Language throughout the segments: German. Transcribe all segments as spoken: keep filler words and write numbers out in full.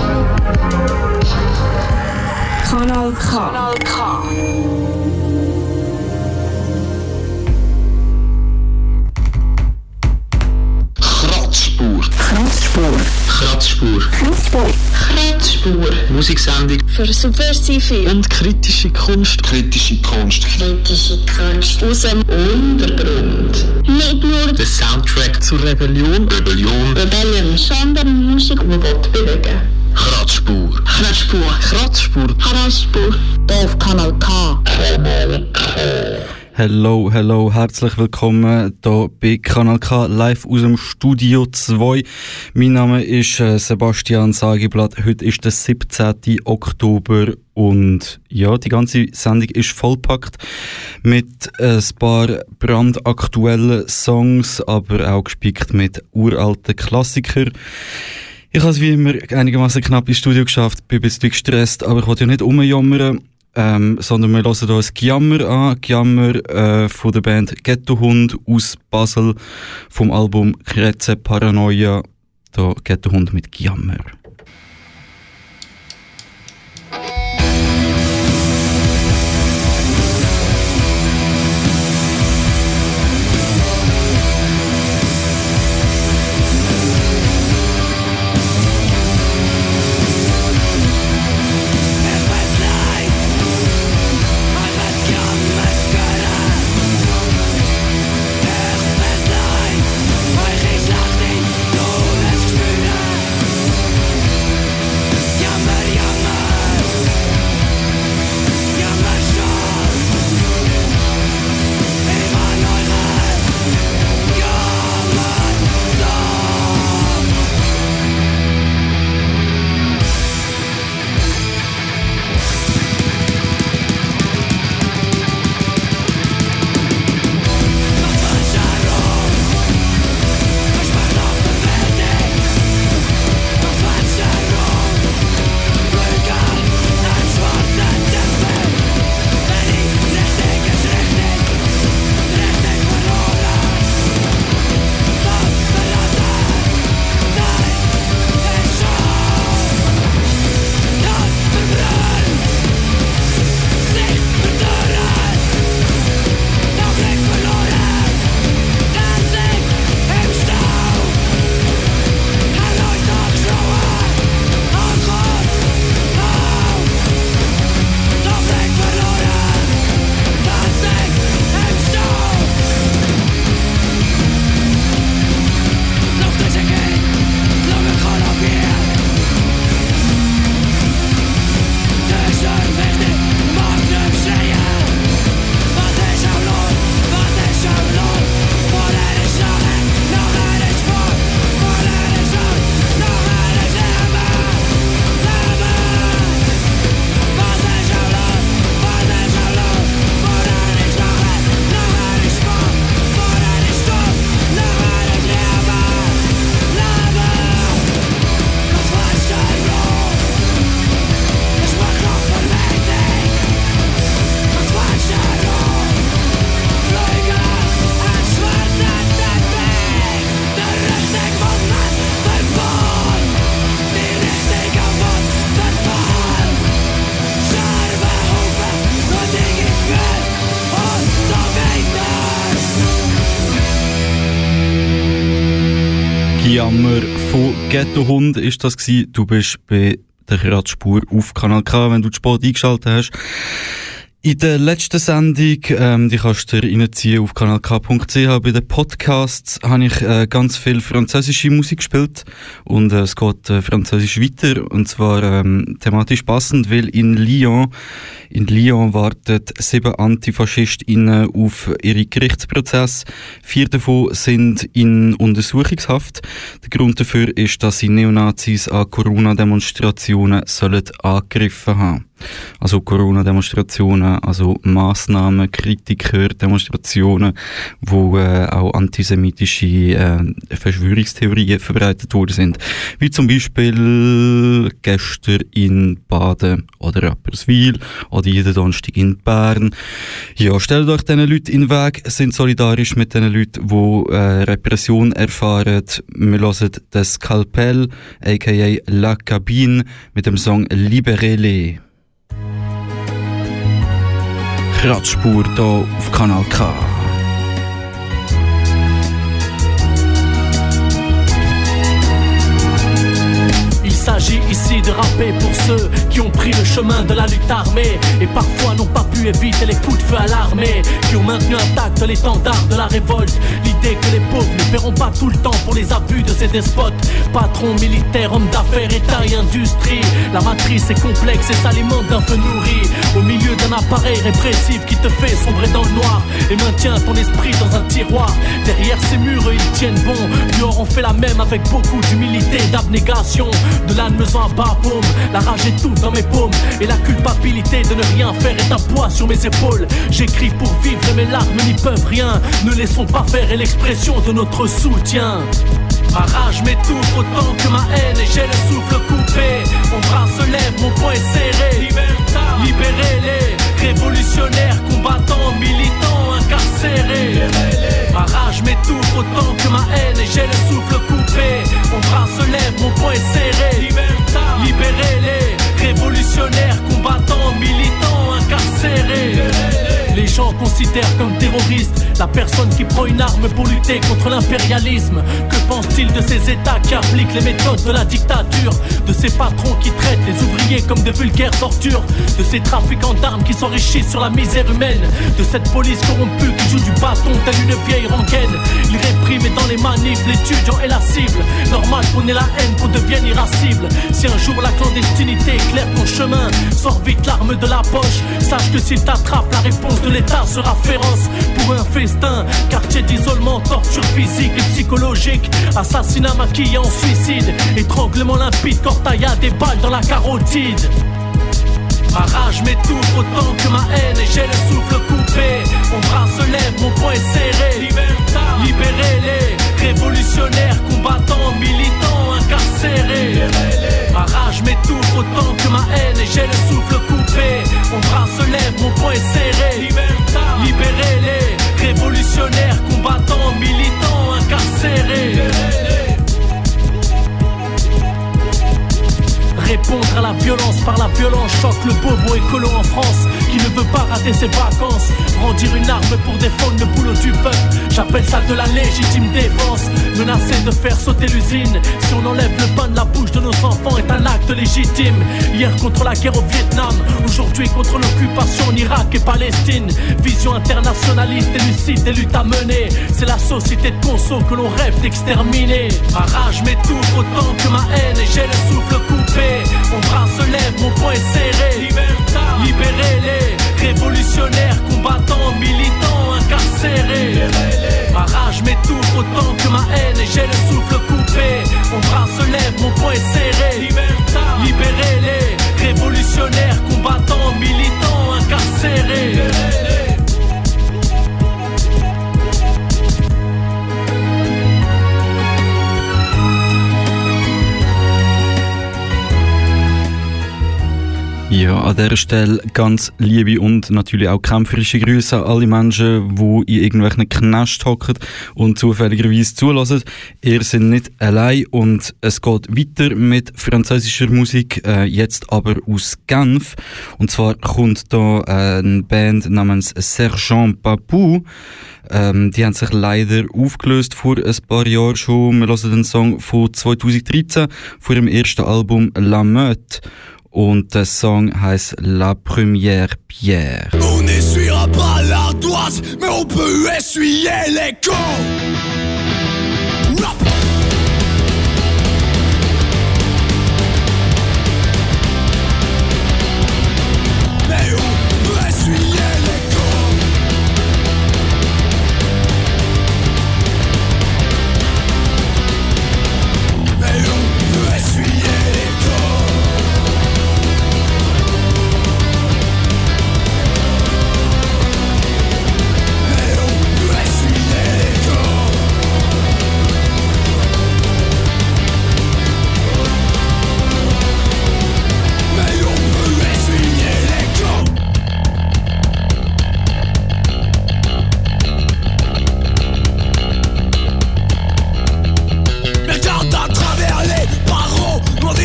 Kanal K. Kanal K. Kratzspur. Kratzspur. Kratzspur. Kratzspur. Kratzspur. Musiksendung für subversive und kritische Kunst. Kritische Kunst. Kritische Kunst. Aus dem Untergrund. Nicht nur der Soundtrack zur Rebellion. Rebellion. Rebellion, sondern Musik, die Gott bewegen. Kratzspur. Kratzspur. Kratzspur. Kratzspur. Hier auf Kanal K. Kanal K. Hello, hello, herzlich willkommen hier bei Kanal K, live aus dem Studio zwei. Mein Name ist äh, Sebastian Sageblatt. Heute ist der siebzehnten Oktober und ja, die ganze Sendung ist vollpackt mit äh, ein paar brandaktuellen Songs, aber auch gespickt mit uralten Klassikern. Ich habe es wie immer einigermaßen knapp ins Studio geschafft, bin ein bisschen gestresst, aber ich wollte ja nicht rumjammern. Ähm, sondern wir hören hier ein Gjammer an. Gjammer äh, von der Band Ghettohund aus Basel vom Album Kreze Paranoia. Hier Ghettohund mit Gjammer. Gjammer von Ghettohund ist das gewesen. Du bist bei der Kratzspur auf Kanal K, wenn du die Sport eingeschaltet hast. In der letzten Sendung, ähm, die kannst du dir reinziehen auf kanal k punkt c h. Bei den Podcasts habe ich äh, ganz viel französische Musik gespielt und äh, es geht äh, französisch weiter und zwar ähm, thematisch passend, weil in Lyon in Lyon warten sieben AntifaschistInnen auf ihre Gerichtsprozesse. Vier davon sind in Untersuchungshaft. Der Grund dafür ist, dass sie Neonazis an Corona-Demonstrationen sollen angegriffen haben. Also Corona-Demonstrationen, also Massnahmen, Kritiker, Demonstrationen, wo äh, auch antisemitische äh, Verschwörungstheorien verbreitet worden sind. Wie zum Beispiel gestern in Baden oder Rapperswil oder jeden Donnerstag in Bern. Ja, stellt euch diesen Leuten in den Weg, sind solidarisch mit den Leuten, die äh, Repression erfahren. Wir hören das Skalpell, aka La Cabine, mit dem Song Libérez-les. Kratzspur hier auf Kanal K. Il s'agit ici de rapper pour ceux qui ont pris le chemin de la lutte armée et parfois n'ont pas pu éviter les coups de feu à l'armée, qui ont maintenu intact l'étendard de la révolte. L'idée que les pauvres ne paieront pas tout le temps pour les abus de ces despotes. Patrons, militaires, hommes d'affaires, État et industrie. La matrice est complexe et s'alimente d'un feu nourri au milieu d'un appareil répressif qui te fait sombrer dans le noir et maintient ton esprit dans un tiroir. Derrière ces murs, ils tiennent bon. Dehors, on fait la même avec beaucoup d'humilité et d'abnégation. De l'âne me sent à bas paume, la rage étouffe dans mes paumes et la culpabilité de ne rien faire est un poids sur mes épaules. J'écris pour vivre et mes larmes n'y peuvent rien. Ne laissons pas faire et l'expression de notre soutien. Ma rage m'étouffe autant que ma haine et j'ai le souffle coupé. Mon bras se lève, mon poing est serré. Libérez-les, révolutionnaires, combattants, militants, incarcérés. Ma rage m'étouffe autant que ma haine et j'ai le souffle coupé. Mon bras se lève, mon poing est serré. Libérez-les, révolutionnaires, combattants, militants, incarcérés. Les gens considèrent comme terroriste la personne qui prend une arme pour lutter contre l'impérialisme. Que pense-t-il de ces états qui appliquent les méthodes de la dictature, de ces patrons qui traitent les ouvriers comme de vulgaires ordures, de ces trafiquants d'armes qui s'enrichissent sur la misère humaine, de cette police corrompue qui joue du bâton telle une vieille rengaine. Ils répriment et dans les manifs l'étudiant est la cible. Normal qu'on ait la haine, qu'on devienne irascible. Si un jour la clandestinité éclaire ton chemin, sors vite l'arme de la poche. Sache que s'il t'attrape, la réponse de l'État sera féroce. Pour un festin, quartier d'isolement, torture physique et psychologique, assassinat maquillé en suicide, étranglement limpide, cortaillade et balles dans la carotide. Ma rage m'étouffe autant que ma haine et j'ai le souffle coupé. Mon bras se lève, mon poing est serré. Libérez-les, révolutionnaires, combattants, militants, incarcérés. Ma rage m'étouffe autant que ma haine et j'ai le souffle coupé. Mon bras se lève, mon poing est serré. Libérez-les, révolutionnaires, combattants, militants, incarcérés. Répondre à la violence par la violence choque le bobo écolo en France qui ne veut pas rater ses vacances. Brandir une arme pour défendre le boulot du peuple, j'appelle ça de la légitime défense. Menacer de faire sauter l'usine si on enlève le pain de la bouche de nos enfants est un acte légitime. Hier contre la guerre au Vietnam, aujourd'hui contre l'occupation en Irak et Palestine. Vision internationaliste et lucide des luttes à mener, c'est la société de conso que l'on rêve d'exterminer. Ma rage m'étouffe autant que ma haine et j'ai le souffle coupé. Mon bras se lève, mon poing est serré. Libérez-les, révolutionnaires, combattants, militants, incarcérés. Ma rage m'étouffe autant que ma haine et j'ai le souffle coupé. Mon bras se lève, mon poing est serré. Libérez-les, révolutionnaires, combattants, militants, incarcérés. Ja, an dieser Stelle ganz liebe und natürlich auch kämpferische Grüße an alle Menschen, die in irgendwelchen Knästen hocken und zufälligerweise zulassen. Ihr seid nicht allein und es geht weiter mit französischer Musik, äh, jetzt aber aus Genf. Und zwar kommt da äh, eine Band namens Sergent Papou. Ähm, die haben sich leider aufgelöst vor ein paar Jahren schon. Wir hören den Song von zwanzig dreizehn, vor dem ersten Album La Meute. Und der Song heißt La Première Pierre. On n'essuiera pas l'ardoise, mais on peut essuyer les cons. Mais on peut essuyer les cons. Mais on peut essuyer les cons.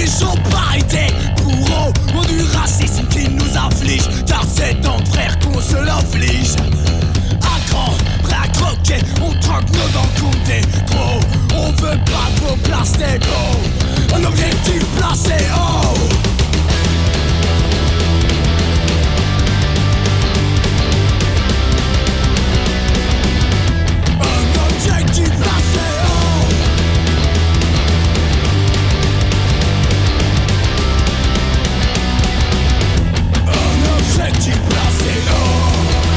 toujours par idée. Bourreau, on du racisme qui nous afflige, car c'est entre frères qu'on se l'inflige. À grand, prêt à croquer, on troque nos dents contre des gros. On veut pas vos placer gros, un objectif placé haut. Objectif placé haut. Un objectif placé haut.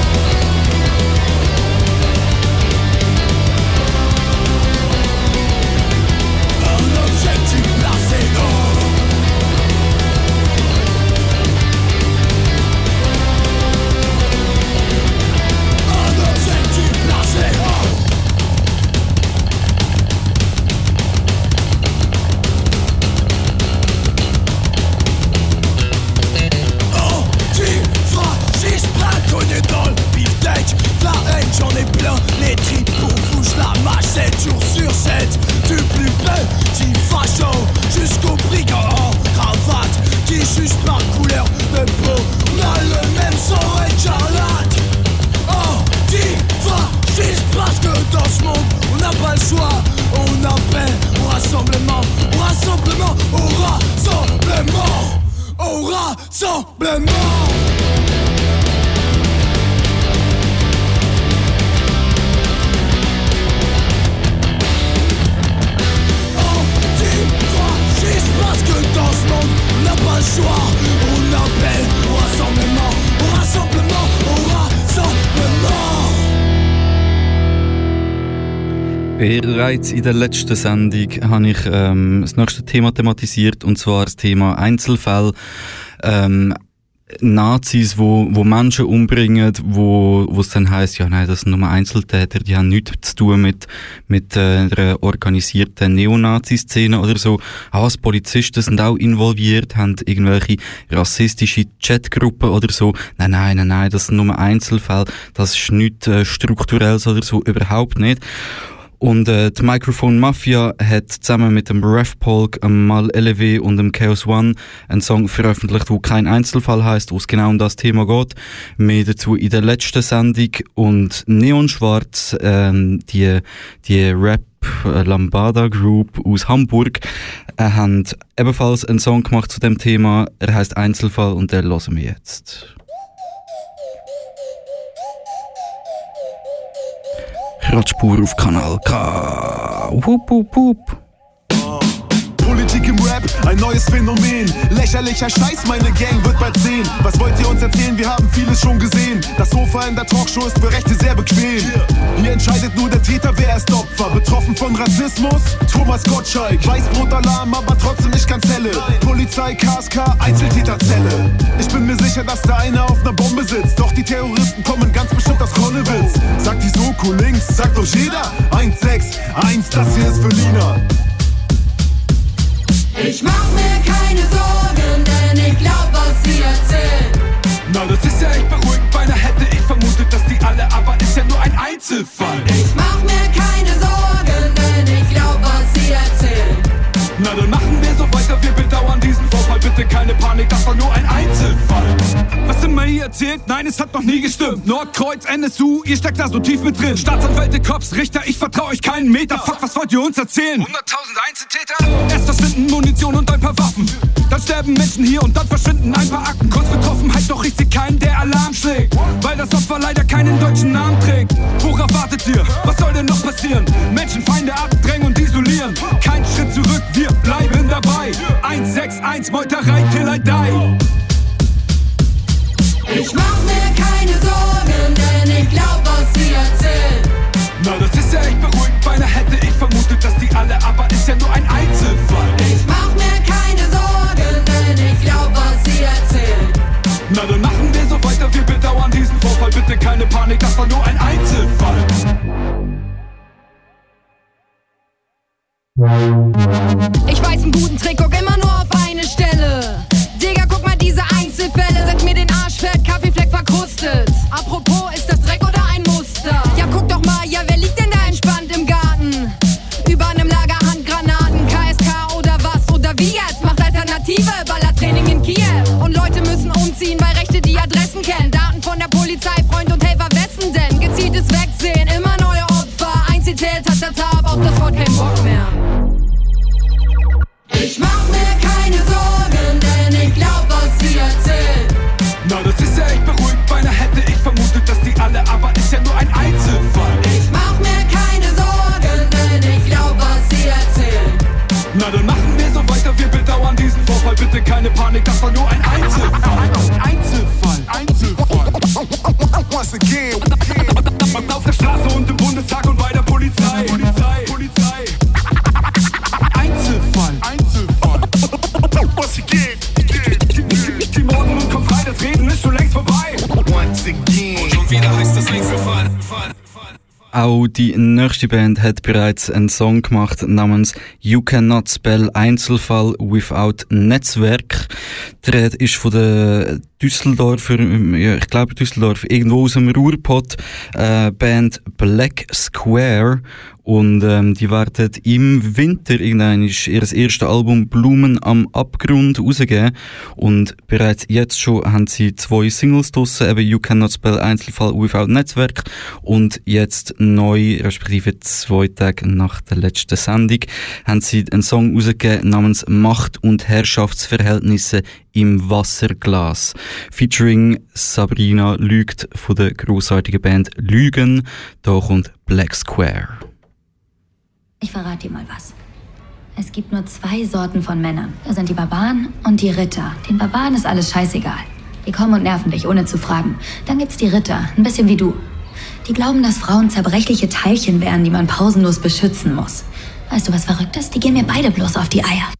Un objectif placé haut. Un objectif placé haut. Cogné dans le beefsteak, la haine j'en ai plein, les tripes pour bouche la mâche sept jours sur sept. Du plus petit facho jusqu'au brigand en cravate qui juge par couleur de peau. On a le même sang écarlate. Oh, anti-fasciste parce que dans ce monde on n'a pas le choix. On appelle au rassemblement, au rassemblement, au rassemblement, au rassemblement. Parce que dans ce monde, on n'a pas le choix. On appelle au rassemblement, au rassemblement, au rassemblement. Bereits in der letzten Sendung habe ich ähm, das nächste Thema thematisiert, und zwar das Thema Einzelfälle. Ähm, Nazis, wo, wo Menschen umbringen, wo, wo es dann heisst, ja nein, das sind nur Einzeltäter, die haben nichts zu tun mit, mit äh, einer organisierten Neonazi-Szene oder so. Auch als Polizisten sind auch involviert, haben irgendwelche rassistische Chatgruppen oder so. Nein, nein, nein, nein, das sind nur Einzelfälle, das ist nichts äh, Strukturelles oder so, überhaupt nicht. Und äh, die Microphone Mafia hat zusammen mit dem Ref-Polk, dem Mal L E W und dem Chaos One einen Song veröffentlicht, wo kein Einzelfall heisst, wo es genau um das Thema geht. Mehr dazu in der letzten Sendung. Und Neonschwarz, ähm, die, die Rap Lambada Group aus Hamburg, äh, haben ebenfalls einen Song gemacht zu dem Thema. Er heisst Einzelfall und den hören wir jetzt. Radspur auf Kanal K. Wup, wup, wup. Politik im Rap, ein neues Phänomen. Lächerlicher Scheiß, meine Gang wird bald sehen. Was wollt ihr uns erzählen? Wir haben vieles schon gesehen. Das Sofa in der Talkshow ist für Rechte sehr bequem. Hier entscheidet nur der Täter, wer ist Opfer. Betroffen von Rassismus? Thomas Gottschalk. Weißbrot-Alarm, aber trotzdem nicht ganz helle. Polizei, K S K, Einzeltäterzelle. Ich bin mir sicher, dass da einer auf einer Bombe sitzt. Doch die Terroristen kommen ganz bestimmt aus Konnewitz. Sagt die Soko links, sagt doch jeder. eins sechs eins, das hier ist für Lina. Ich mach mir keine Sorgen, denn ich glaub, was sie erzählen. Na, das ist ja echt beruhigend, beinahe hätte ich vermutet, dass die alle, aber ist ja nur ein Einzelfall. Ich mach mir keine Sorgen, denn ich glaub, was sie erzählen. Na, dann machen wir so weiter, wir bedauern diesen Vorfall, bitte keine Panik, das war nur ein Einzelfall. Was immer ihr erzählt, nein, es hat noch nie gestimmt. Nordkreuz, N S U, ihr steckt da so tief mit drin. Staatsanwälte, Cops, Richter, ich vertrau euch keinen Meter. Fuck, was wollt ihr uns erzählen? hunderttausend Einzeltäter? Erst verschwinden Munition und ein paar Waffen. Dann sterben Menschen hier und dann verschwinden ein paar Akten. Kurz Betroffenheit, doch ich seh keinen, der Alarm schlägt. Weil das Opfer leider keinen deutschen Namen trägt. Worauf wartet ihr? Was soll denn noch passieren? Menschenfeinde abdrängen und isolieren. Kein Schritt zurück, wir bleiben dabei. eins sechs eins, Meuterei till I die. Ich mach mir keine Sorgen, denn ich glaub, was sie erzählen. Na, das ist ja echt beruhigend, beinahe hätte ich vermutet, dass die alle, aber ist ja nur ein Einzelfall. Ich mach mir keine Sorgen, denn ich glaub, was sie erzählen. Na, dann machen wir so weiter, wir bedauern diesen Vorfall, bitte keine Panik, das war nur ein Einzelfall. Ich weiß einen guten Trick, guck immer nur auf eine Stelle. Digga, guck mal, diese Einzelfälle sind mir den Arsch fett, Kaffeefleck verkrustet. Apropos, ist das Dreck oder ein Muster? Ja, guck doch mal, ja, wer liegt denn da entspannt im Garten? Über einem Lager Handgranaten, K S K oder was? Oder wie jetzt? Macht Alter ziehen, weil Rechte die Adressen kennen. Daten von der Polizei, Freund und Helfer, wessen denn? Gezieltes Wegsehen, immer neue Opfer. Einzitiert, tatata, aber auf das Wort kein Bock mehr. Ich mach mir keine Sorgen, denn ich glaub, was sie erzählen. Na, das ist ja echt beruhigend, beinahe hätte ich vermutet, dass die alle, aber ist ja nur ein Einzelfall. Ich mach mir keine Sorgen, denn ich glaub, was sie erzählen. Na, dann machen wir so weiter, wir bedauern diesen Vorfall. Bitte keine Panik, das war nur ein Einzelfall. Einzelfall, Einzelfall. Once again, Auf der Straße und im Bundestag und bei der Polizei. Polizei, Polizei. Einzelfall, Einzelfall. once again, Die Morden und kommt frei, das Reden ist schon längst vorbei. once again. Und schon wieder heißt das Einzelfall. Auch die nächste Band hat bereits einen Song gemacht namens You Cannot Spell Einzelfall Without Netzwerk. Die Rede ist von der Düsseldorfer, ja, ich glaube Düsseldorf, irgendwo aus dem Ruhrpott, äh, Band Black Square. Und ähm, die werden im Winter irgendwann ihr erstes Album Blumen am Abgrund rausgeben. Und bereits jetzt schon haben sie zwei Singles draussen, eben You Cannot Spell Einzelfall Without Netzwerk. Und jetzt neu, respektive zwei Tage nach der letzten Sendung, haben sie einen Song rausgegeben namens Macht- und Herrschaftsverhältnisse im Wasserglas. Featuring Sabrina Lügt von der grossartigen Band Lügen. Da kommt Black Square. Ich verrate dir mal was. Es gibt nur zwei Sorten von Männern. Da sind die Barbaren und die Ritter. Den Barbaren ist alles scheißegal. Die kommen und nerven dich, ohne zu fragen. Dann gibt's die Ritter, ein bisschen wie du. Die glauben, dass Frauen zerbrechliche Teilchen wären, die man pausenlos beschützen muss. Weißt du, was verrückt ist? Die gehen mir beide bloß auf die Eier.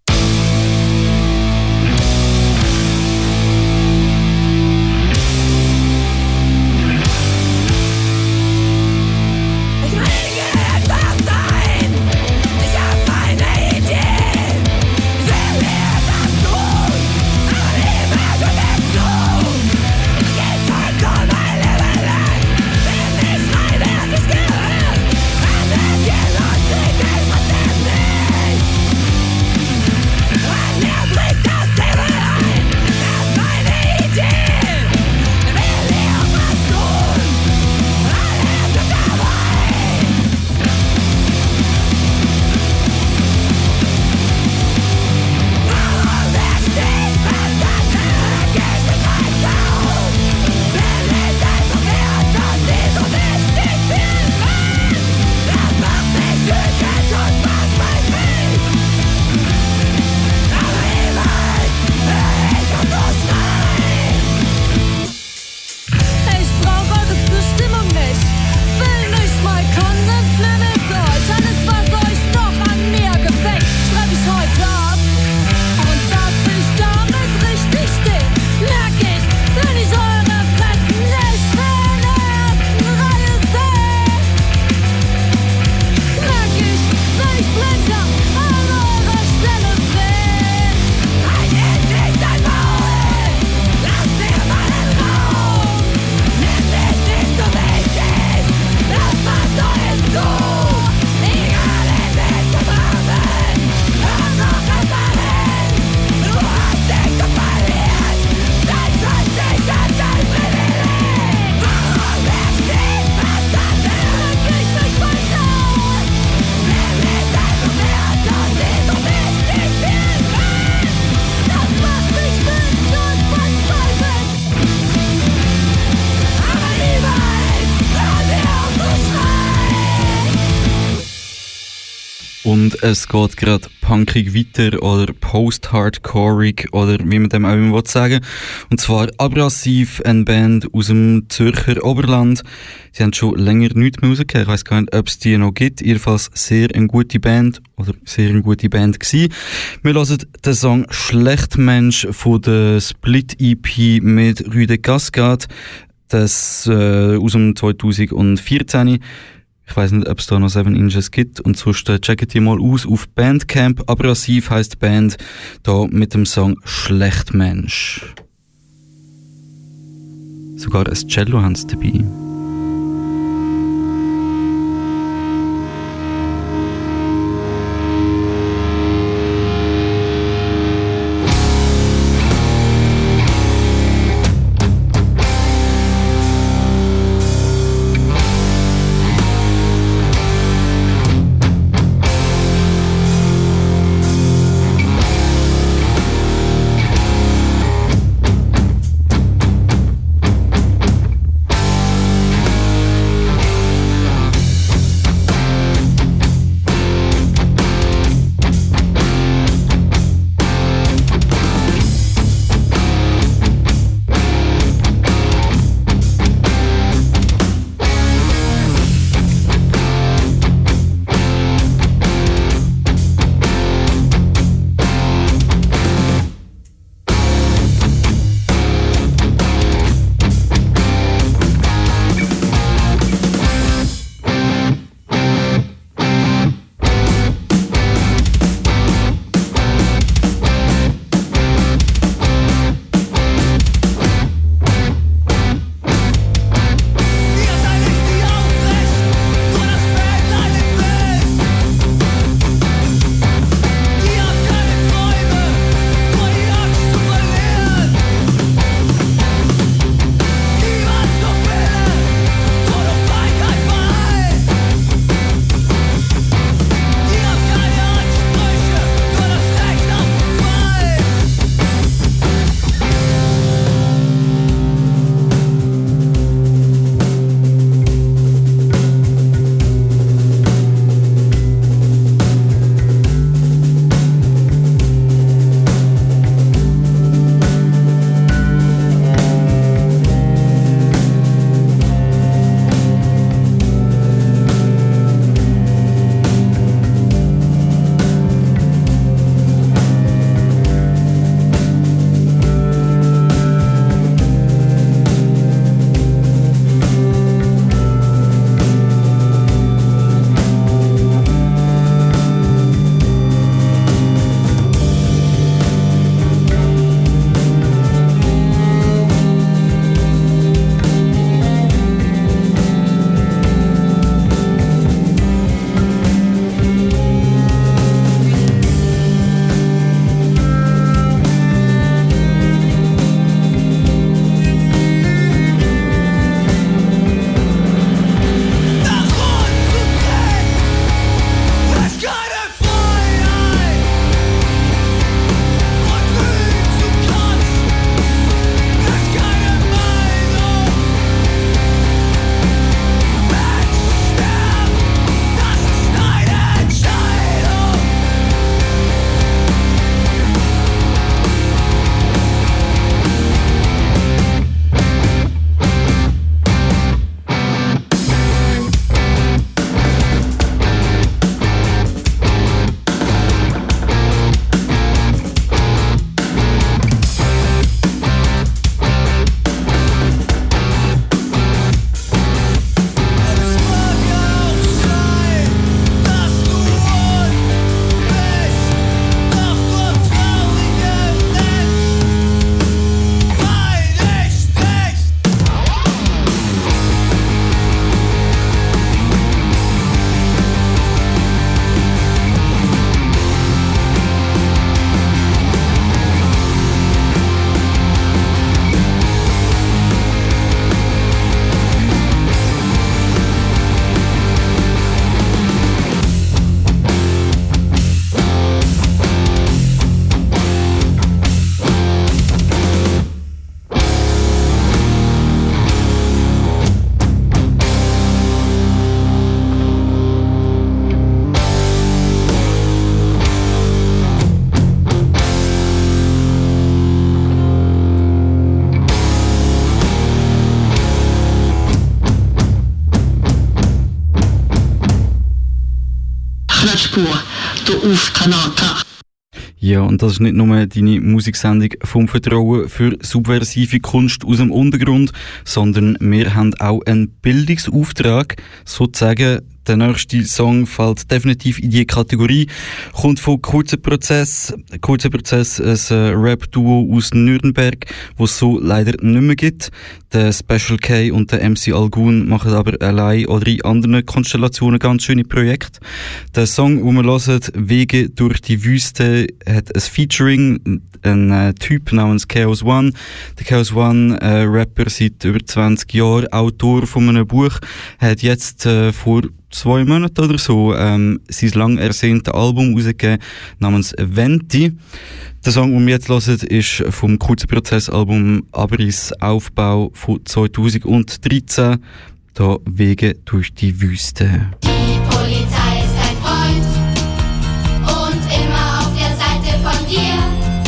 Und es geht gerade punkig weiter oder post-hardcoreig oder wie man dem auch immer sagen will. Und zwar Abrasiv, eine Band aus dem Zürcher Oberland. Sie haben schon länger nichts mehr rausgegeben. Ich weiss gar nicht, ob es die noch gibt. Jedenfalls sehr eine gute Band oder sehr eine gute Band gewesen. Wir hören den Song Schlechtmensch von der Split-E P mit Rüde Cascade. Das äh, aus dem zweitausendvierzehn. Ich weiss nicht, ob es da noch Seven Inches gibt. Und sonst äh, checkt ihr mal aus auf Bandcamp. Abrasiv heisst die Band. Da mit dem Song Schlechtmensch. Sogar ein Cello haben sie dabei. Radspur, hier auf Kanal K. Ja, und das ist nicht nur deine Musiksendung vom Vertrauen für subversive Kunst aus dem Untergrund, sondern wir haben auch einen Bildungsauftrag, sozusagen. Der nächste Song fällt definitiv in die Kategorie, kommt von Kurzer Prozess. Kurzer Prozess, ein Rap-Duo aus Nürnberg, das es so leider nicht mehr gibt. Der Special K und der M C Algun machen aber allein oder in anderen Konstellationen ganz schöne Projekte. Der Song, den wir hören, Wege durch die Wüste, hat ein Featuring, ein äh, Typ namens Chaos One. Der Chaos One, äh, Rapper seit über zwanzig Jahren, Autor von einem Buch, hat jetzt äh, vor zwei Monaten oder so ähm, sein lang ersehntes Album rausgegeben namens Venti. Der Song, den wir jetzt hören, ist vom Kurzen Prozess-Album Abriss Aufbau von zweitausenddreizehn. Da Wege durch die Wüste. Die Polizei ist dein Freund und immer auf der Seite von dir.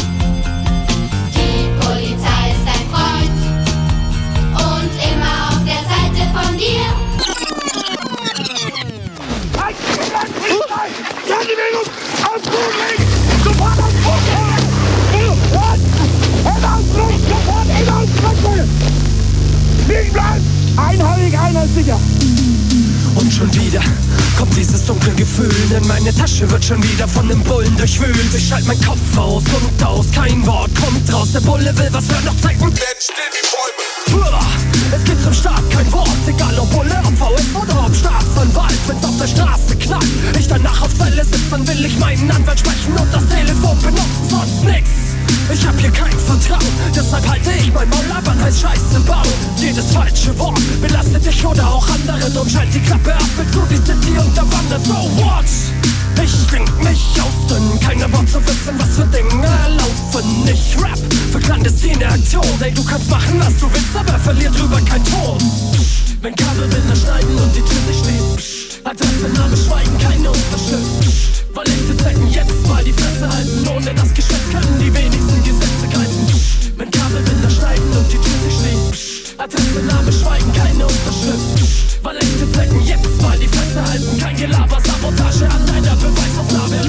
Die Polizei ist dein Freund und immer auf der Seite von dir. Ja, die Bewegung! Auf Boden legen! Sofort auf Boden! Hinausdruck! Sofort hinausdrücken! Liegen bleiben! Einheilig, einer sicher! Und schon wieder kommt dieses dunkle Gefühl, denn meine Tasche wird schon wieder von dem Bullen durchwühlt. Ich schalt meinen Kopf aus, Mund aus, kein Wort kommt raus. Der Bulle will was hören, doch zeigt mir Jetzt stehen die Bäume! Es geht zum Start, kein Wort, egal ob Bulle, ob V S oder ob Staatsanwalt. Wenn's auf der Straße knallt, ich danach auf Zelle sitz, dann will ich meinen Anwalt sprechen und das Telefon benutzen, sonst nix. Ich hab hier kein Vertrauen, deshalb halte ich mein Maul, labern heißt Scheiße bauen. Jedes falsche Wort belastet dich oder auch andere, drum schalt die Klappe ab, willst du die City unterwandern, so what? Ich trink mich aus, denn keiner Bock zu wissen, was für Dinge laufen. Ich rap für clandestine Aktion, ey, du kannst machen, was du willst, aber verlier drüber kein Ton. Wenn Kabelbinder schneiden und die Tür sich schließt, Adresse, Name, Schweigen, keine Unterschrift. Weil echte Zecken jetzt mal die Fresse halten, ohne das Geschäft können die wenigsten Gesetze greifen. Wenn Kabelbinder schneiden und die Tür sich schließt, Adresse, Name, Schweigen, keine Unterschrift. Weil echte Zecken jetzt mal die Fresse halten, kein Gelaber, Sabotage an deiner Beweisaufnahme.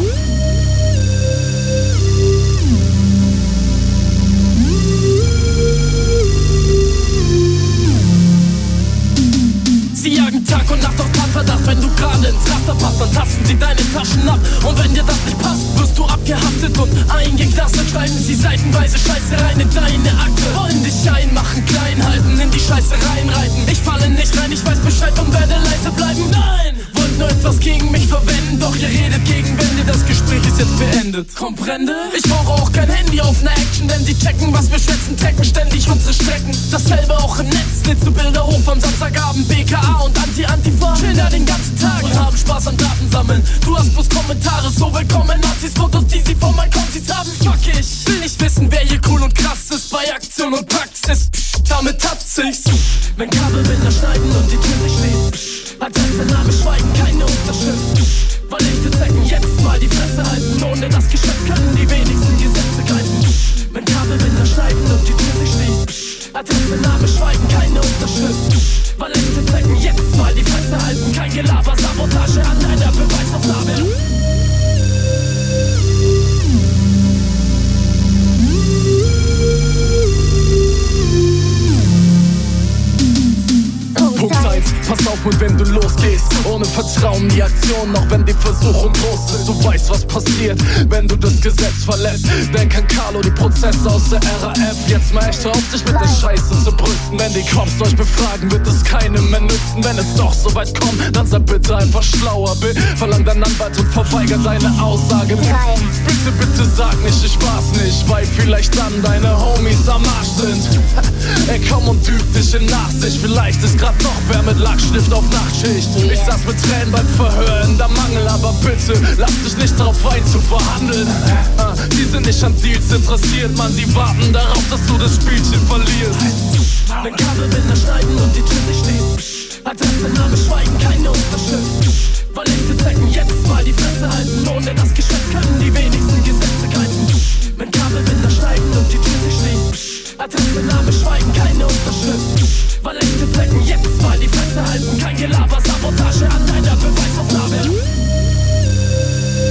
Sie jagen Tag und Nacht auf Tatverdacht, wenn du gerade ins Raster passt, dann tasten sie deine Taschen ab. Und wenn dir das nicht passt, wirst du abgehaftet und eingeknastet. Schreiben sie seitenweise Scheiße rein in deine Akte. Wollen dich einmachen, klein halten, in die Scheiße reinreiten. Ich falle nicht rein, ich weiß Bescheid und werde leise bleiben. Nein! Wollt nur etwas gegen mich verwenden, doch ihr redet gegen Wände. Das Gespräch ist jetzt beendet. Komprende? Ich brauche auch kein Handy auf ne Action, denn sie checken, was wir schätzen, tacken ständig unsere Strecken. Dasselbe auch im Netz, lädst du Bilder hoch vom Samstagabend, B K A und Anti-Antifa. Chillen da den ganzen Tag und haben Spaß am Daten sammeln. Du hast bloß Kommentare, so willkommen Nazis, Fotos, die sie von meinen Konzis haben. Fuck, ich will nicht wissen, wer hier cool und krass ist bei Aktion und Praxis. Psst, damit hat's sich's. Wenn Kabelbinder schneiden und die Tür sich schließt, Adresse, Name, Schweigen, keine Unterschrift. Weil echte Zecken jetzt mal die Fresse halten, ohne das Geschäft können die wenigsten Gesetze greifen. Wenn Kabelbinder schneiden und die Tür sich schließt, Adresse, Name, Schweigen, keine Unterschrift. Weil echte Zecken jetzt mal die Fresse halten, kein Gelaber, Sabotage an deiner Beweisaufnahme. Punkt eins, pass auf, mit wem du losgehst. Ohne Vertrauen die Aktion, auch wenn die Versuchung groß ist. Du weißt, was passiert, wenn du das Gesetz verlässt. Denk an Carlo, die Prozesse aus der R A F. Jetzt mal echt auf, dich mit der Scheiße zu brüsten. Wenn die Cops euch befragen, wird es keinem mehr nützen. Wenn es doch so weit kommt, dann sei bitte einfach schlauer. Bill, verlang deinen Anwalt und verweiger deine Aussage. Bitte, bitte sag nicht, ich war's nicht, weil vielleicht dann deine Homies am Arsch sind. Ey, komm und üb dich in Nachsicht, vielleicht ist grad noch wer mit Lackstift auf Nachtschicht. Ich saß mit Tränen beim Verhör in der Mangel, aber bitte lass dich nicht drauf ein zu verhandeln. Die sind nicht an Deals interessiert, man, sie warten darauf, dass du das Spielchen verlierst. Wenn Kabelbinder schneiden und die Tür sich schließt, Adresse, Name, Schweigen, keine Unterschrift. Weil echte Zecken jetzt mal die Fresse halten, ohne das Geschäft können die wenigsten Gesetze greifen. Wenn Kabelbinder schneiden und die Tür sich schließt, Adresse, Name, Schweigen, keine Unterschrift. Weil echte Zecken jetzt mal die Fresse halten, kein Gelaber, Sabotage an deiner Beweisaufnahme.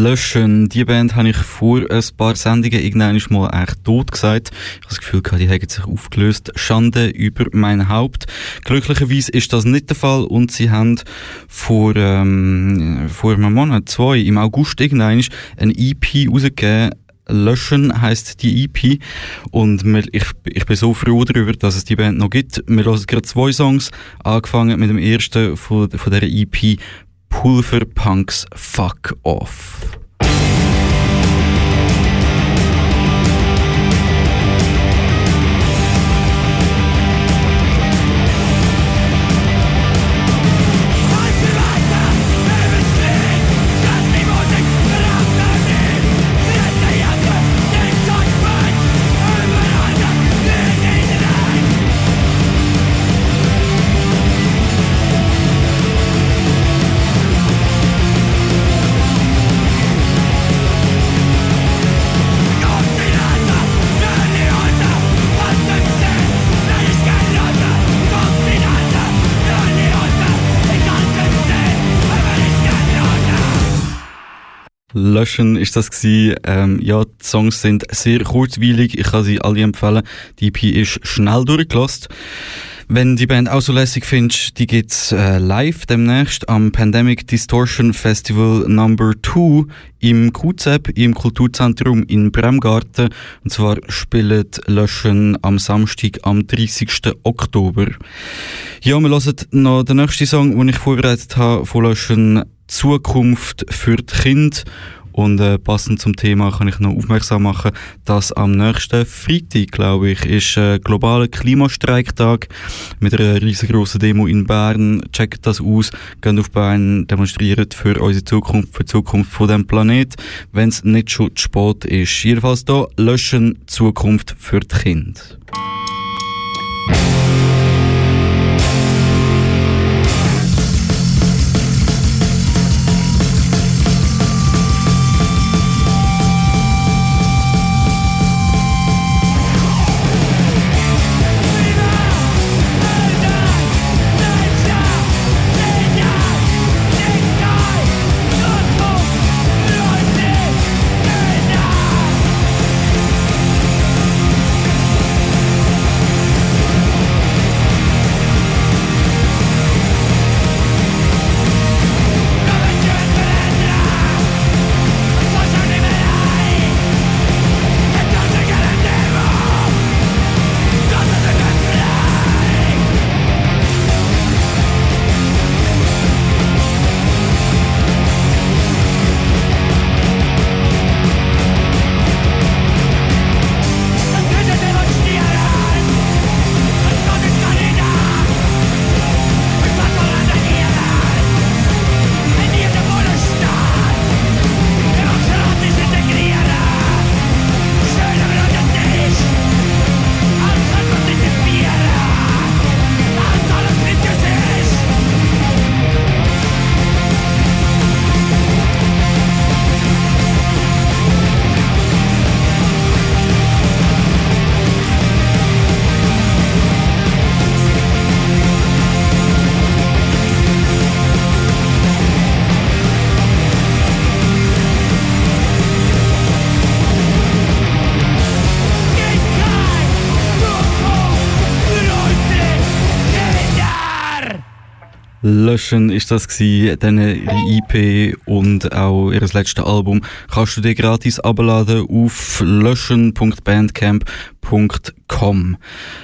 Löschen. Die Band habe ich vor ein paar Sendungen irgendwann mal echt tot gesagt. Ich habe das Gefühl gehabt, die haben sich aufgelöst. Schande über mein Haupt. Glücklicherweise ist das nicht der Fall und sie haben vor, ähm, vor einem Monat, zwei, im August irgendwann ein E P rausgegeben. Löschen heisst die E P und wir, ich, ich bin so froh darüber, dass es die Band noch gibt. Wir hören gerade zwei Songs, angefangen mit dem ersten von, von dieser E P, Pulverpunks Fuck Off. Löschen ist das gewesen. Ähm, ja, die Songs sind sehr kurzweilig. Ich kann sie alle empfehlen. Die E P ist schnell durchgelassen. Wenn die Band auch so lässig findest, die gibt's äh, live demnächst am Pandemic Distortion Festival Number two im Q Z E P, im Kulturzentrum in Bremgarten. Und zwar spielt Löschen am Samstag, am dreißigsten Oktober. Ja, wir hören noch den nächsten Song, den ich vorbereitet habe, von Löschen, Zukunft für die Kinder. Und äh, passend zum Thema kann ich noch aufmerksam machen, dass am nächsten Freitag, glaube ich, ist äh, globaler Klimastreiktag mit einer riesengroßen Demo in Bern. Checkt das aus, geht auf Bern, demonstriert für unsere Zukunft, für die Zukunft von diesem Planet, wenn es nicht schon zu spät ist. Jedenfalls hier, Löschen, Zukunft für die Kinder. Löschen ist das gsi, diese E P und auch ihr letztes Album kannst du dir gratis abladen auf löschen punkt bandcamp punkt com.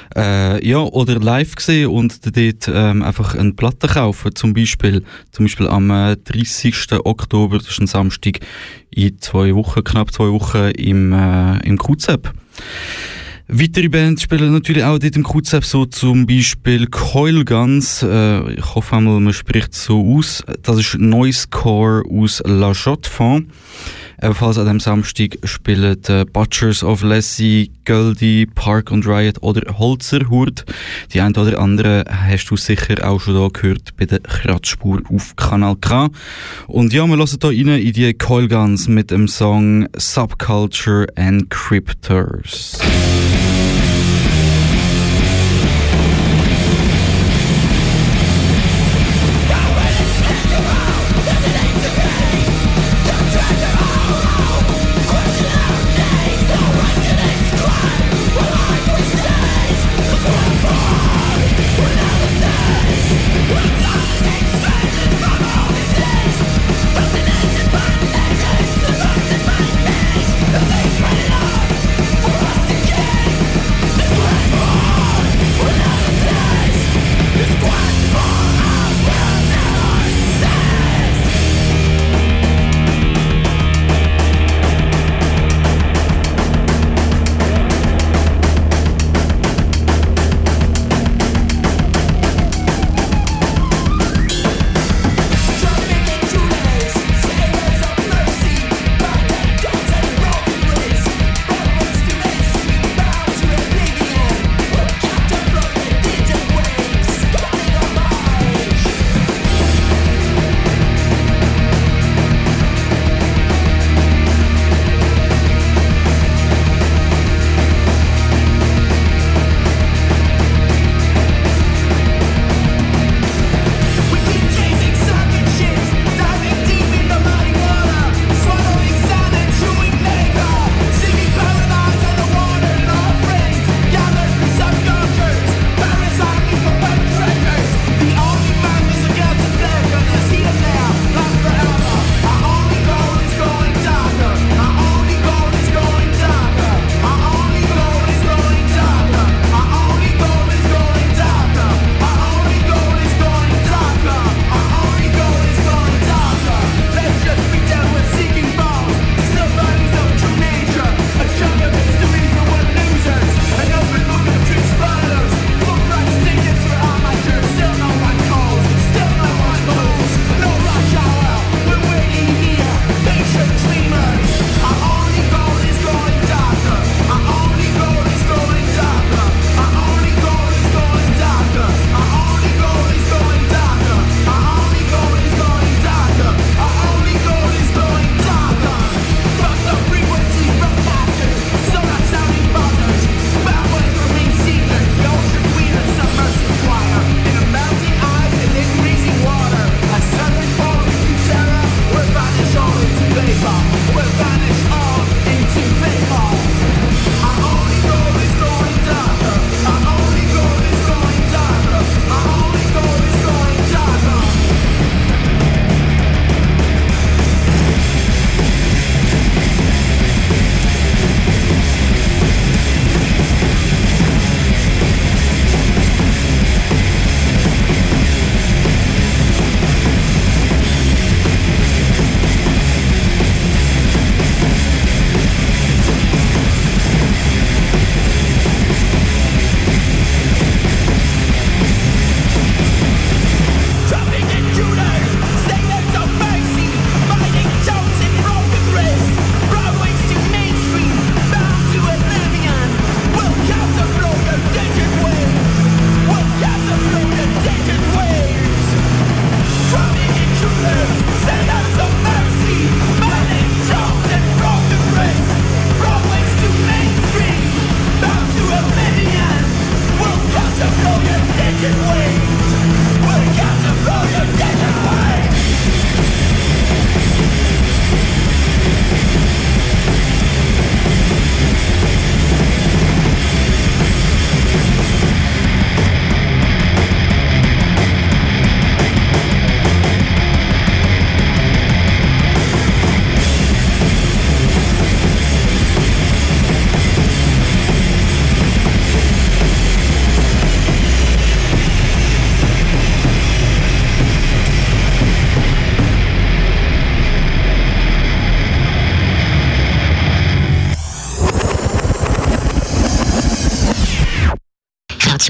Äh, ja, oder live gesehen und dort ähm, einfach eine Platte kaufen, zum Beispiel, zum Beispiel am äh, dreißigsten Oktober, das ist ein Samstag, in zwei Wochen, knapp zwei Wochen im, äh, im Q Z E P. Weitere Bands spielen natürlich auch dort im Q Z E P, so zum Beispiel Coilguns, äh, ich hoffe einmal, man spricht so aus. Das ist Noisecore aus La Chaux-de-Fonds. Ebenfalls an dem Samstag spielen äh, Butchers of Lassie, Goldie, Park und Riot oder Holzerhurt. Die eine oder andere hast du sicher auch schon da gehört bei der Kratzspur auf Kanal K. Und ja, wir hören hier rein in die Coilguns mit dem Song Subculture Encryptors. Don't try to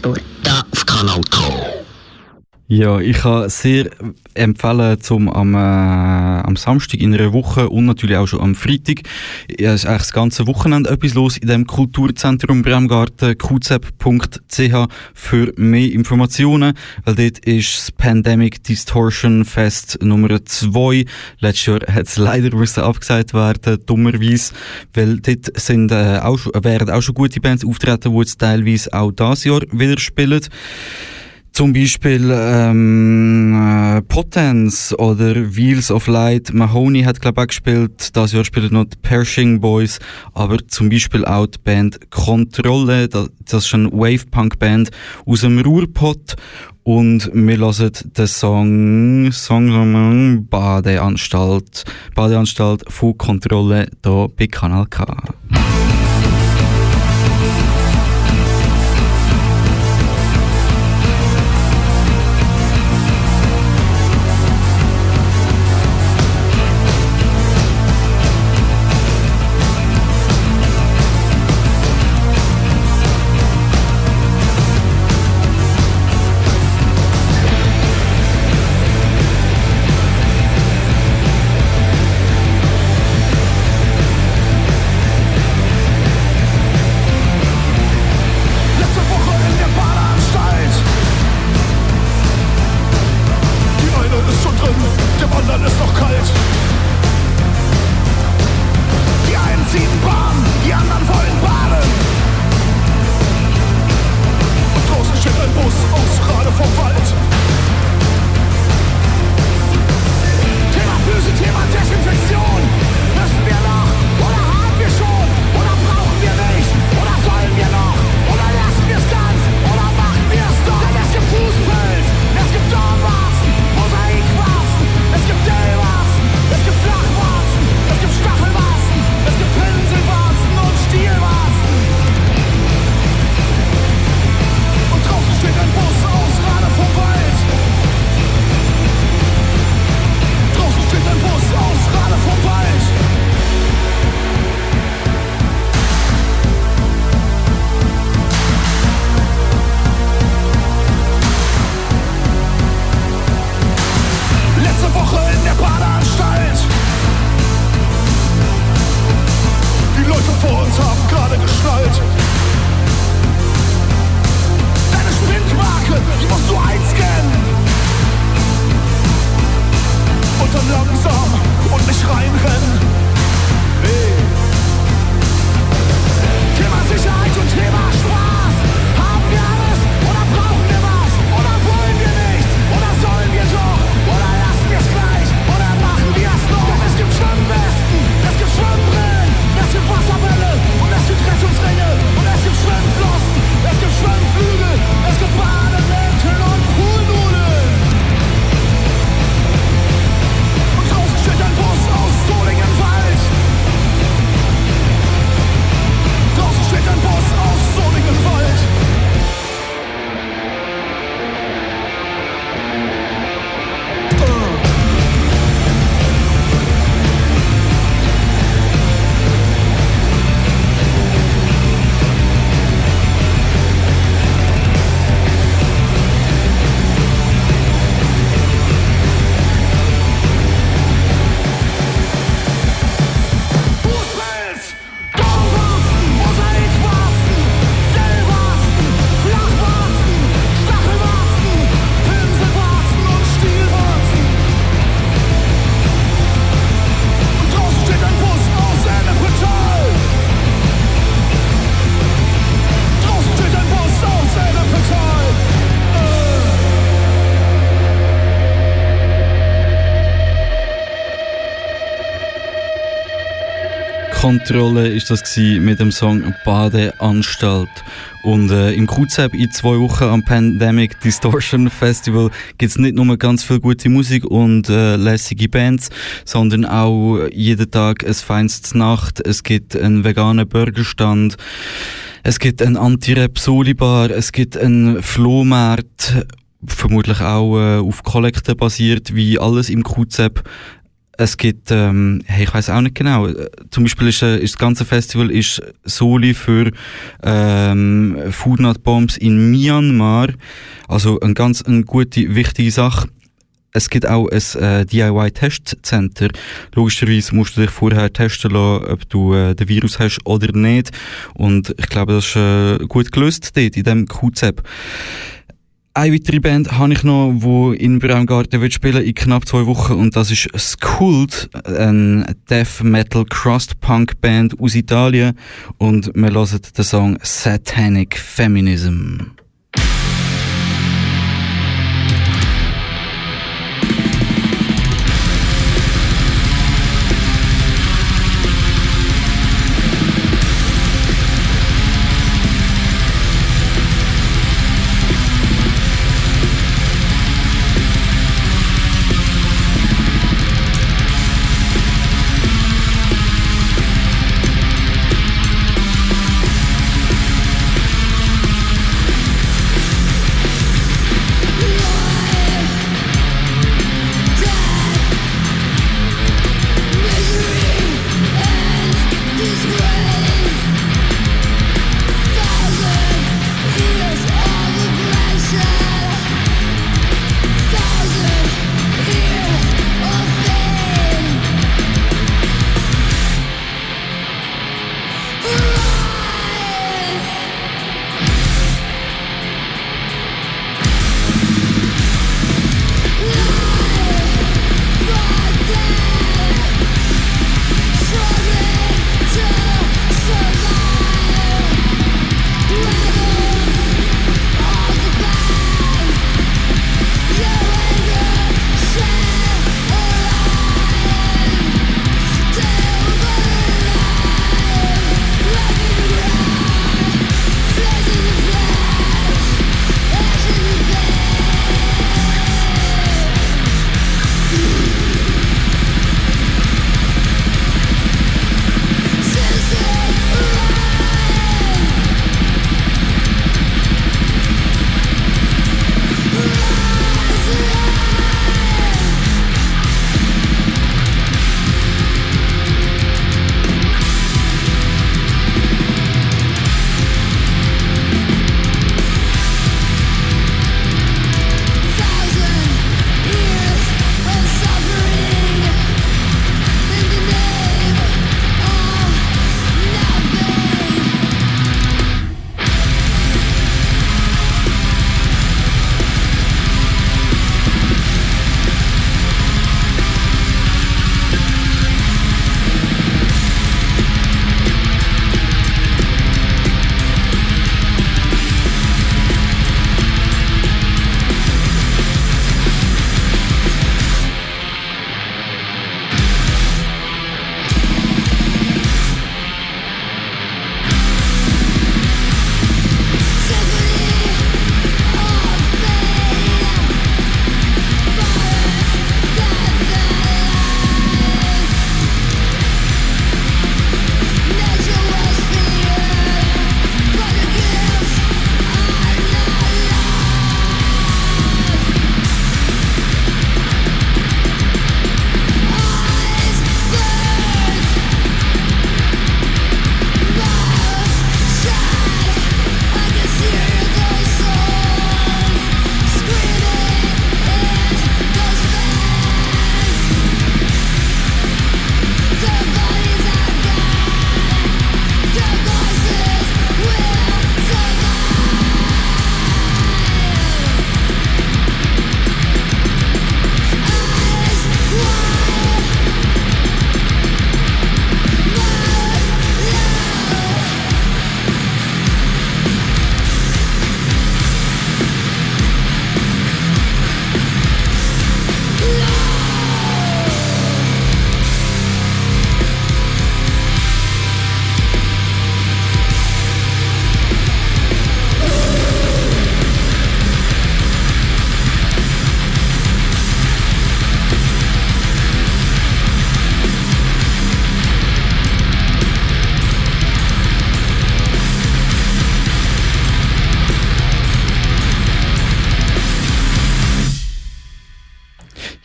Radiospur. Da auf Kanal K. Ja, ich kann sehr empfehlen, zum am, äh, am Samstag in einer Woche und natürlich auch schon am Freitag. Ja, es ist eigentlich das ganze Wochenende etwas los in dem Kulturzentrum Bremgarten, q z e p punkt c h für mehr Informationen, weil dort ist das Pandemic Distortion Fest Nummer zwei. Letztes Jahr hat es leider müssen abgesagt werden, dummerweise, weil dort sind, äh, auch, werden auch schon gute Bands auftreten, die jetzt teilweise auch dieses Jahr wieder spielen. Zum Beispiel ähm, äh, Potence oder Wheels of Light. Mahoney hat, glaube ich, auch gespielt. Das Jahr spielen noch die Pershing Boys. Aber zum Beispiel auch die Band Kontrolle. Das, das ist eine Wave-Punk-Band aus dem Ruhrpott. Und wir hören den Song, Song Badeanstalt. Badeanstalt von Kontrolle hier bei Kanal K. Kontrolle ist das gewesen mit dem Song Badeanstalt. Und äh, im Q Z E P in zwei Wochen am Pandemic Distortion Festival gibt es nicht nur ganz viel gute Musik und äh, lässige Bands, sondern auch jeden Tag ein feines Nacht. Es gibt einen veganen Burgerstand, es gibt einen Anti-Rap-Soli-Bar, es gibt einen Flohmarkt, vermutlich auch äh, auf Kollekten basiert, wie alles im Q Z E P. Es gibt, ähm, hey, ich weiß auch nicht genau. Zum Beispiel ist, äh, ist das ganze Festival ist Soli für ähm, Food Not Bombs in Myanmar. Also eine ganz eine gute, wichtige Sache. Es gibt auch ein äh, D I Y-Testcenter. Logischerweise musst du dich vorher testen lassen, ob du äh, den Virus hast oder nicht. Und ich glaube, das ist äh, gut gelöst dort, in diesem Q Z E P. Eine weitere Band habe ich noch, die in Braungarten wird spielen in knapp zwei Wochen, und das ist Skult, eine Death Metal Crust Punk Band aus Italien, und wir hören den Song Satanic Feminism.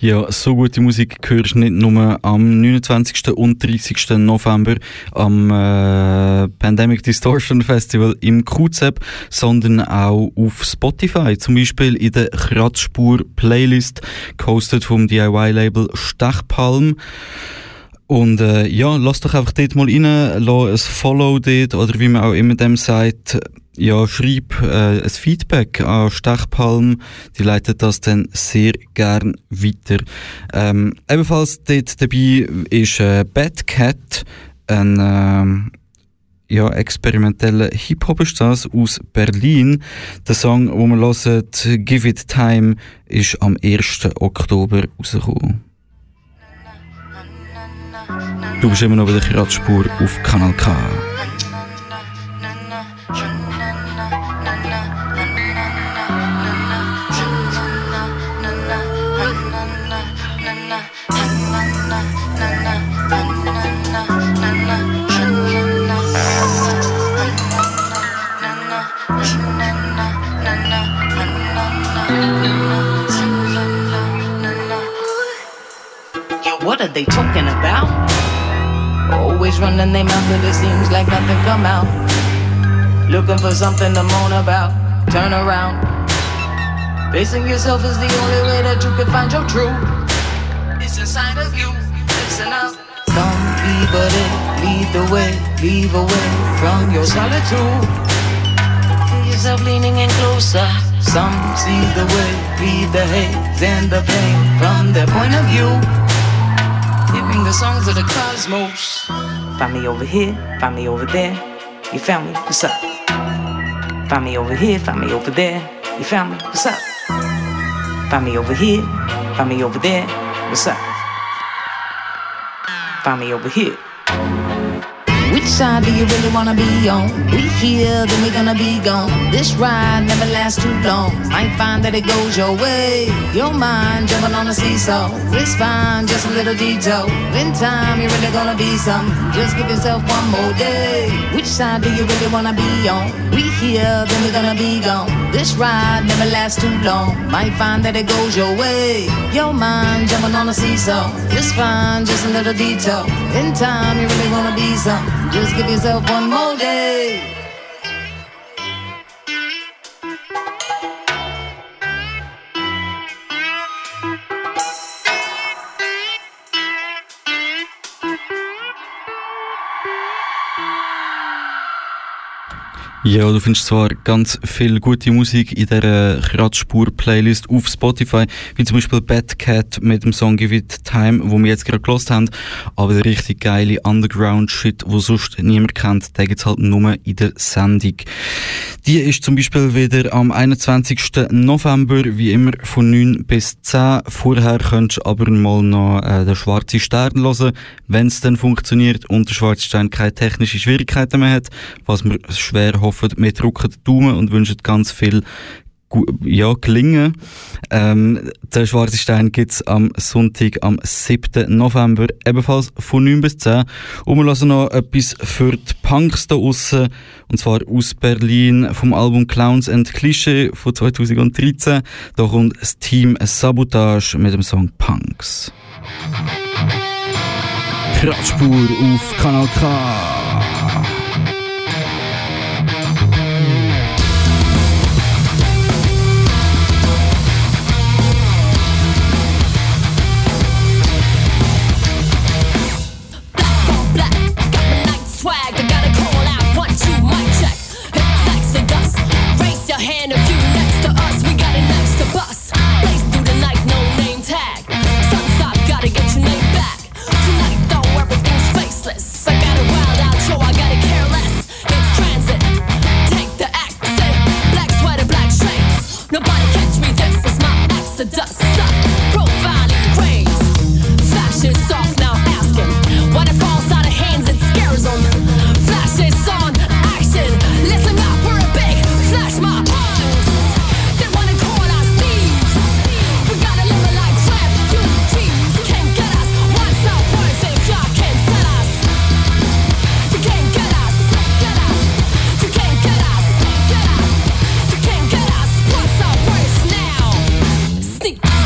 Ja, so gute Musik hörst du nicht nur am neunundzwanzigsten und dreißigsten November am äh, Pandemic Distortion Festival im Q Z E P, sondern auch auf Spotify, zum Beispiel in der Kratzspur Playlist, gehostet vom D I Y-Label Stechpalm. Und äh, ja, lass doch einfach dort mal rein, lass ein Follow dort, oder wie man auch immer dem sagt, ja, schreib äh, ein Feedback an Stechpalm, die leitet das dann sehr gern weiter. Ähm, ebenfalls dort dabei ist äh, Bad Cat, ein äh, ja, experimenteller Hip-Hop ist das, aus Berlin. Der Song, den wir hören, Give It Time, ist am ersten Oktober rausgekommen. Du bist immer noch bei der Kratzspur auf Kanal K. What are they talking about? Always running their mouth, but it seems like nothing come out. Looking for something to moan about. Turn around. Facing yourself is the only way that you can find your truth. It's inside of you. Listen up. Some people they lead the way, leave away from your solitude. Feel yourself leaning in closer. Some see the way, read the haze and the pain from their point of view. Hearing the songs of the cosmos. Find me over here, find me over there. You found me, what's up? Find me over here, find me over there. You found me, what's up? Find me over here, find me over there. What's up? Find me over here. Which side do you really wanna be on? We here, then we gonna be gone. This ride never lasts too long. Might find that it goes your way. Your mind jumping on a seesaw. It's fine, just a little detour. In time, you're really gonna be something. Just give yourself one more day. Which side do you really wanna be on? We here, then we gonna be gone. This ride never lasts too long. Might find that it goes your way. Your mind jumping on a seesaw. It's fine, just a little detour. In time, you really wanna be something. Just give yourself one more day. Ja, du findest zwar ganz viel gute Musik in dieser Kratzspur-Playlist auf Spotify, wie zum Beispiel Bad Cat mit dem Song Give It Time, wo wir jetzt gerade gehört haben, aber der richtig geile Underground-Shit, wo sonst niemand kennt, der gibt's halt nur in der Sendung. Die ist zum Beispiel wieder am einundzwanzigsten November, wie immer von neun bis zehn. Vorher könntest du aber mal noch äh, den Schwarzen Stern hören, wenn es dann funktioniert und der Schwarze Stern keine technischen Schwierigkeiten mehr hat, was wir schwer hoffen. Wir drücken die Daumen und wünschen ganz viel ja, gelingen. Ähm, den Schwarzen Stern gibt es am Sonntag, am siebten November, ebenfalls von neun bis zehn. Und wir lassen noch etwas für die Punks da draussen, und zwar aus Berlin vom Album Clowns and Cliché von zweitausenddreizehn. Da kommt das Team Sabotage mit dem Song Punks. Kratzspur auf Kanal K. Sneak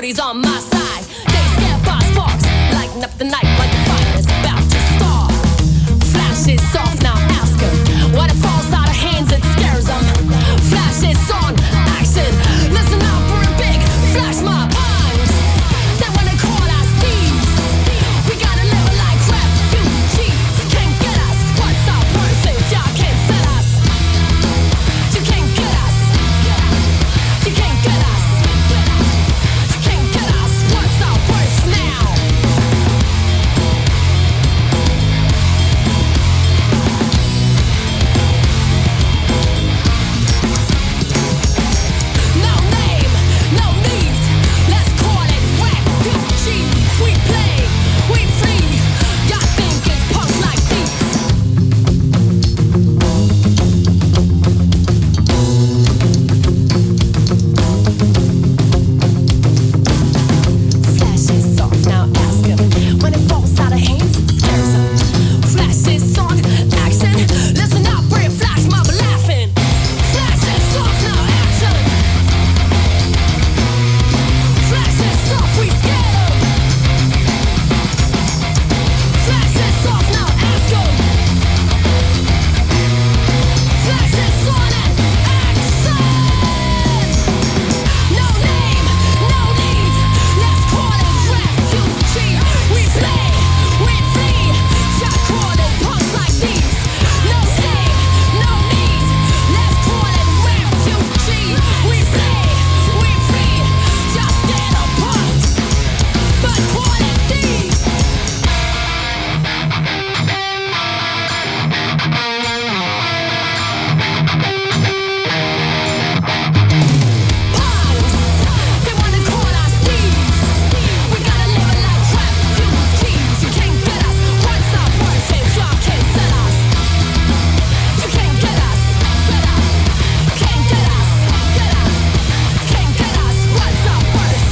shorties on my side. They stare by sparks, lighting up the night like the fire is about to start. Flash is off, now ask 'em. When it falls out of hands, it scares them. Flash is on, action. Listen up, we're a big flash mob. They wanna call us thieves. We gotta live like refugees. Can't get us, what's our worth if y'all can't set us? You can't get us. You can't get us. You can't get us, what's our worth now? No name, no need, let's call it refugee. We play, we free, y'all think it's punk like these. Flash is off, now ask 'em. When it falls out of hands, it scares 'em. Flash is on, action. Listen up, we're a flash mob laughing. Flash is off, now action. Flash is off, we scared 'em. Flash is off, now ask 'em. Flash is on and action. No name, no need, let's call it refugee. We play, we free, y'all call it punks like these. No name, no need, let's call it refugee. We play, we free, y'all scared of punks, but call it thieves. Punks, they wanna call us thieves. We gotta live like refugees. You can't get us, what's our worth if y'all can't set us? You can't get us, can't get us, can't get us, what's our worth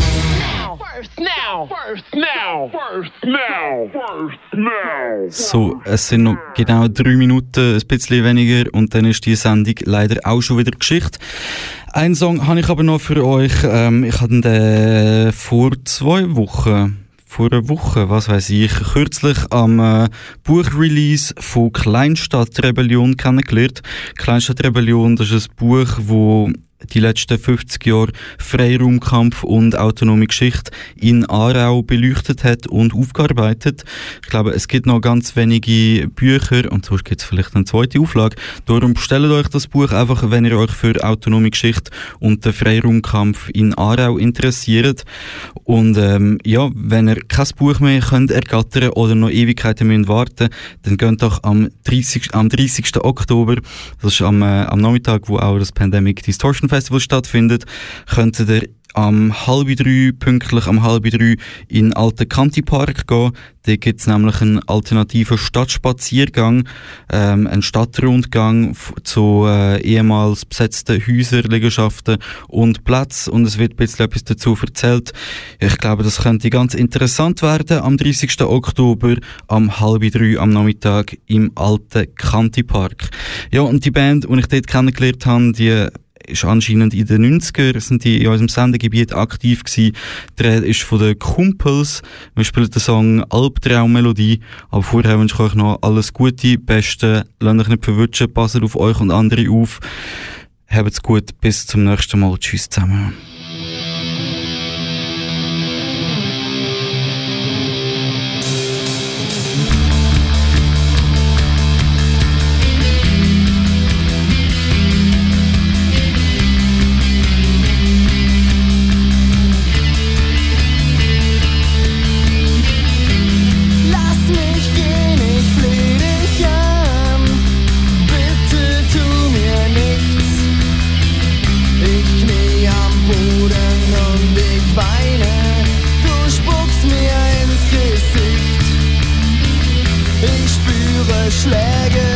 now? Worth now, worth now, worth now, worth now. So, es sind noch genau drei Minuten, ein bisschen weniger, und dann ist die Sendung leider auch schon wieder Geschichte. Einen Song habe ich aber noch für euch. Ähm, ich hatte den vor zwei Wochen, vor einer Woche, was weiß ich, kürzlich am äh, Buchrelease von Kleinstadtrebellion kennengelernt. Kleinstadtrebellion, das ist ein Buch, wo die letzten fünfzig Jahre Freiraumkampf und autonome Geschichte in Aarau beleuchtet hat und aufgearbeitet. Ich glaube, es gibt noch ganz wenige Bücher, und sonst gibt es vielleicht eine zweite Auflage. Darum bestellt euch das Buch einfach, wenn ihr euch für autonome Geschichte und den Freiraumkampf in Aarau interessiert. Und ähm, ja, wenn ihr kein Buch mehr könnt ergattern oder noch Ewigkeiten müsst warten, dann geht doch am dreißigsten Oktober, das ist am, äh, am Nachmittag, wo auch das Pandemic Distortion Festival stattfindet, könnt ihr am halb drei, pünktlich am halb drei, in den alten Kanti-Park gehen. Da gibt es nämlich einen alternativen Stadtspaziergang, ähm, einen Stadtrundgang f- zu äh, ehemals besetzten Häusern, Liegenschaften und Plätzen. Und es wird ein bisschen etwas dazu erzählt. Ich glaube, das könnte ganz interessant werden. Am dreißigsten Oktober, am halb drei am Nachmittag im alten Kanti-Park. Ja, und die Band, die ich dort kennengelernt habe, die ist anscheinend in den neunzigern sind die in unserem Sendegebiet aktiv gewesen. Der Rede ist von den Kumpels. Wir spielen den Song Albtraummelodie. Aber vorher wünsche ich euch noch alles Gute, Beste. Lasst euch nicht verwutschen, passt auf euch und andere auf. Habt's gut, bis zum nächsten Mal. Tschüss zusammen. Schläge